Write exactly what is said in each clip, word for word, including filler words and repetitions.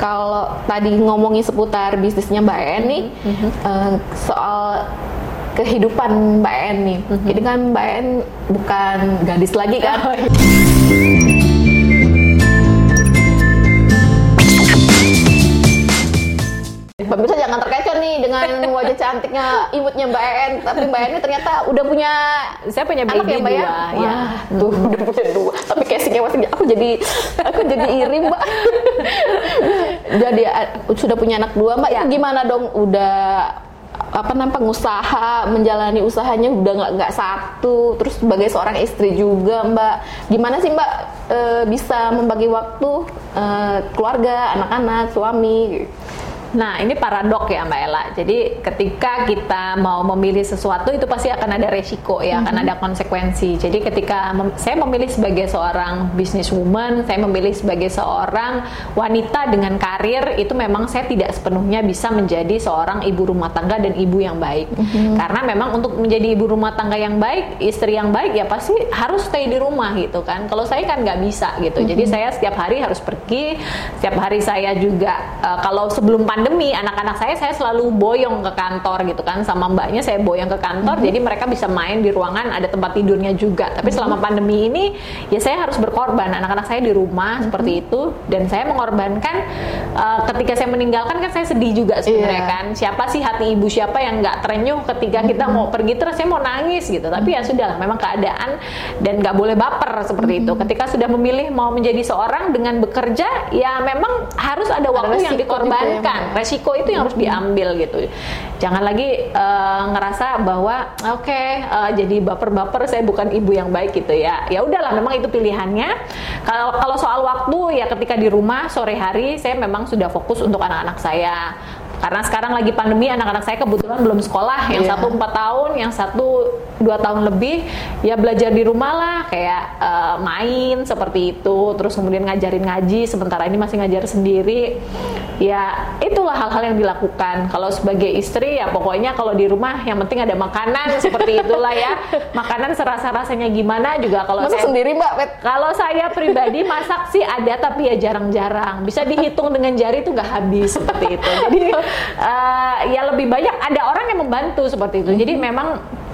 kalau tadi ngomongin seputar bisnisnya Mbak En nih, mm-hmm. uh, soal kehidupan Mbak En nih. Mm-hmm. Ini kan Mbak En bukan gadis lagi kan? Oh, iya. Pemirsa jangan terkecoh nih dengan wajah cantiknya imutnya Mbak En, tapi Mbak En ini ternyata udah punya, saya punya anak baby ya Mbak dua, ya? ya. Wah, tuh udah punya dua, tapi casingnya masih, aku jadi aku jadi iri Mbak. Jadi sudah punya anak dua Mbak, ya. Itu gimana dong? Udah apa namanya pengusaha, menjalani usahanya udah nggak nggak satu, terus sebagai seorang istri juga Mbak, gimana sih Mbak e, bisa membagi waktu e, keluarga, anak-anak, suami? Nah, ini paradok ya Mbak Ella. Jadi ketika kita mau memilih sesuatu itu pasti akan ada resiko ya, mm-hmm. akan ada konsekuensi. Jadi ketika mem- saya memilih sebagai seorang businesswoman, saya memilih sebagai seorang wanita dengan karir, itu memang saya tidak sepenuhnya bisa menjadi seorang ibu rumah tangga dan ibu yang baik. Mm-hmm. Karena memang untuk menjadi ibu rumah tangga yang baik, istri yang baik ya pasti harus stay di rumah gitu kan. Kalau saya kan nggak bisa gitu. Mm-hmm. Jadi saya setiap hari harus pergi, setiap hari saya juga uh, kalau sebelum pandemi Pandemi, anak-anak saya saya selalu boyong ke kantor gitu kan, sama mbaknya saya boyong ke kantor, mm-hmm. jadi mereka bisa main di ruangan, ada tempat tidurnya juga. Tapi mm-hmm. selama pandemi ini ya saya harus berkorban, anak-anak saya di rumah mm-hmm. seperti itu, dan saya mengorbankan uh, ketika saya meninggalkan kan saya sedih juga sebenarnya, yeah. kan. Siapa sih hati ibu siapa yang nggak terenyuh ketika mm-hmm. kita mau pergi terus saya mau nangis gitu. Tapi ya sudahlah, memang keadaan dan nggak boleh baper seperti mm-hmm. itu. Ketika sudah memilih mau menjadi seorang dengan bekerja, ya memang harus ada waktu ada yang dikorbankan. Resiko itu yang harus diambil gitu. Jangan lagi uh, ngerasa bahwa oke okay, uh, jadi baper-baper saya bukan ibu yang baik gitu ya. Ya udahlah, memang itu pilihannya. Kalau kalau soal waktu ya ketika di rumah sore hari saya memang sudah fokus untuk anak-anak saya. Karena sekarang lagi pandemi, anak-anak saya kebetulan belum sekolah. Yang yeah. satu empat tahun, yang satu dua tahun lebih, ya belajar di rumah lah, kayak uh, main seperti itu. Terus kemudian ngajarin ngaji, sementara ini masih ngajar sendiri. Ya itulah hal-hal yang dilakukan. Kalau sebagai istri ya pokoknya kalau di rumah yang penting ada makanan seperti itulah ya. Makanan serasa-rasanya gimana juga kalau masak saya sendiri Mbak. Kalau saya pribadi masak sih ada, tapi ya jarang-jarang. Bisa dihitung dengan jari itu nggak habis seperti itu. Jadi uh, ya lebih banyak ada orang yang membantu seperti itu. Jadi memang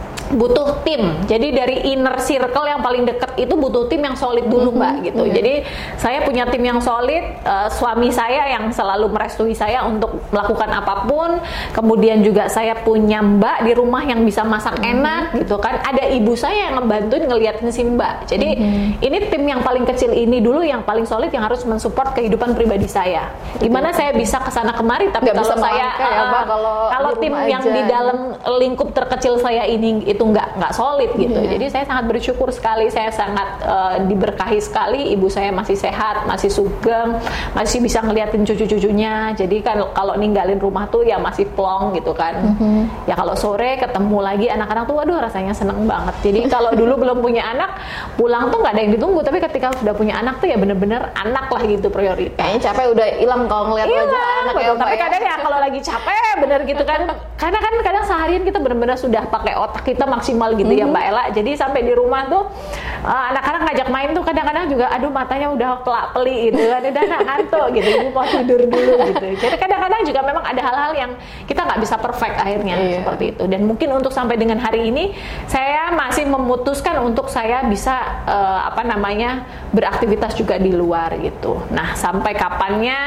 butuh tim. Jadi dari inner circle yang paling dekat itu butuh tim yang solid dulu Mbak mm-hmm. gitu. Yeah. Jadi saya punya tim yang solid, uh, suami saya yang selalu merestui saya untuk melakukan apapun. Kemudian juga saya punya Mbak di rumah yang bisa masak mm-hmm. enak gitu kan. Ada ibu saya yang ngebantuin ngeliatin si Mbak. Jadi mm-hmm. ini tim yang paling kecil ini dulu yang paling solid yang harus mensupport kehidupan pribadi saya. Gimana saya bisa kesana kemari tapi Nggak kalau saya uh, ya, Mbak, kalau, kalau tim aja. yang di dalam lingkup terkecil saya ini itu nggak nggak solid gitu. Yeah. Jadi saya sangat bersyukur sekali, saya sangat uh, diberkahi sekali, ibu saya masih sehat, masih sugeng, masih bisa ngeliatin cucu-cucunya. Jadi kan kalau ninggalin rumah tuh ya masih plong gitu kan. Mm-hmm. Ya kalau sore ketemu lagi anak-anak tuh, waduh rasanya seneng banget. Jadi kalau dulu belum punya anak, pulang tuh nggak ada yang ditunggu. Tapi ketika sudah punya anak tuh ya bener-bener anak lah gitu prioritas. Kayaknya capek udah hilang kalau ngeliat wajah anak ya. Tapi ya. Kadang ya kalau lagi capek bener gitu kan. Karena kan kadang seharian kita bener-bener sudah pakai otak kita maksimal gitu mm-hmm. ya Mbak Ella. Jadi sampai di rumah tuh uh, anak-anak ngajak main tuh kadang-kadang juga aduh matanya udah pelak-peli gitu kan, udah ngantuk gitu, ibu mau tidur dulu gitu. Jadi kadang-kadang juga memang ada hal-hal yang kita nggak bisa perfect akhirnya yeah. seperti itu. Dan mungkin untuk sampai dengan hari ini saya masih memutuskan untuk saya bisa uh, apa namanya beraktivitas juga di luar gitu. Nah sampai kapannya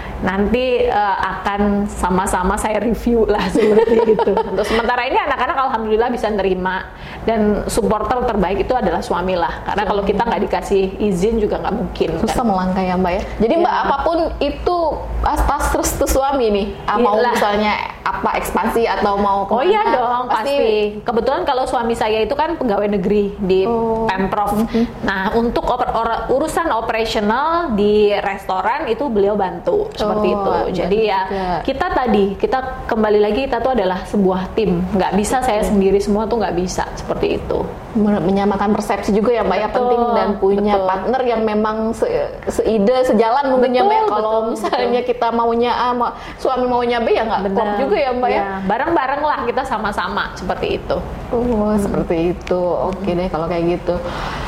nanti uh, akan sama-sama saya review lah seperti itu. Untuk sementara ini anak-anak alhamdulillah bisa nerima, dan supporter terbaik itu adalah suami lah. Karena kalau kita nggak dikasih izin juga nggak mungkin. Susah kan? Melangkah ya Mbak ya. Jadi Mbak ya. Apapun itu pas terus tuh suami nih. Ah, mau misalnya apa ekspansi atau mau kemana? Oh iya dong pasti. pasti. Kebetulan kalau suami saya itu kan pegawai negeri di oh. Pemprov. Mm-hmm. Nah untuk oper- or- urusan operasional di restoran itu beliau bantu. Seperti oh, itu. Jadi ya juga. Kita tadi kita kembali lagi kita tuh adalah sebuah tim. Nggak bisa okay. saya sendiri semua tuh nggak bisa seperti itu. Menyamakan persepsi juga ya Mbak ya, penting dan punya betul. Partner yang memang se seide sejalan mungkin ya Mbak. Kalau misalnya betul. Kita maunya A, ma suami maunya B ya nggak klop juga ya Mbak ya. ya. Bareng-bareng lah kita sama-sama seperti itu. Oh hmm. seperti itu. Oke okay deh kalau kayak gitu.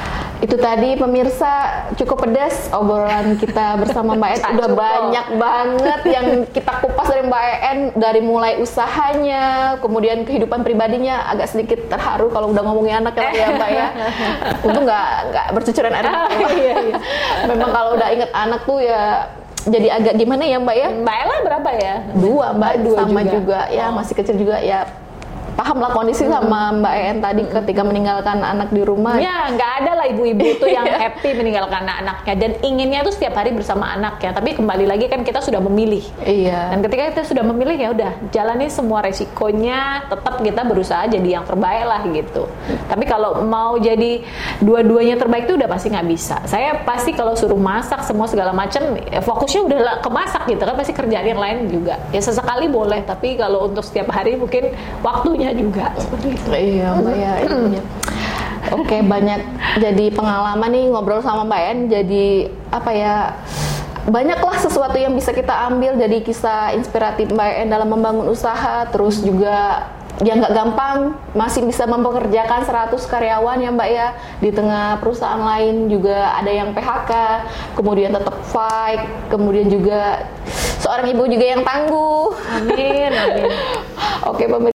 Itu tadi pemirsa, cukup pedas obrolan kita bersama Mbak En. Udah banyak banget yang kita kupas dari Mbak En, dari mulai usahanya, kemudian kehidupan pribadinya. Agak sedikit terharu kalau udah ngomongin anak ya Mbak ya. Untung nggak nggak bercucuran air mata. Iya, iya. Memang kalau udah inget anak tuh ya jadi agak gimana ya Mbak ya? Mbak Ella berapa ya? Dua Mbak, Dua sama juga, juga. ya Oh. masih kecil juga ya. Paham lah kondisi sama Mbak En tadi ketika meninggalkan anak di rumah. Ya, nggak ada lah ibu-ibu tuh yang happy meninggalkan anak-anaknya dan inginnya tuh setiap hari bersama anaknya. Tapi kembali lagi kan kita sudah memilih. Iya. Dan ketika kita sudah memilih ya udah jalani semua resikonya, tetap kita berusaha jadi yang terbaik lah gitu. Tapi kalau mau jadi dua-duanya terbaik itu udah pasti nggak bisa. Saya pasti kalau suruh masak semua segala macam, ya fokusnya udah ke masak gitu kan, pasti kerjaan yang lain juga. Ya sesekali boleh, tapi kalau untuk setiap hari mungkin waktunya juga seperti itu. Iya Mbak ya. Iya. Oke, banyak jadi pengalaman nih ngobrol sama Mbak En. Jadi apa ya? Banyaklah sesuatu yang bisa kita ambil dari kisah inspiratif Mbak En dalam membangun usaha, terus juga ya nggak gampang, masih bisa mempekerjakan seratus karyawan ya Mbak ya, di tengah perusahaan lain juga ada yang P H K, kemudian tetap fight, kemudian juga seorang ibu juga yang tangguh. Amin, amin. Oke, pemirsa.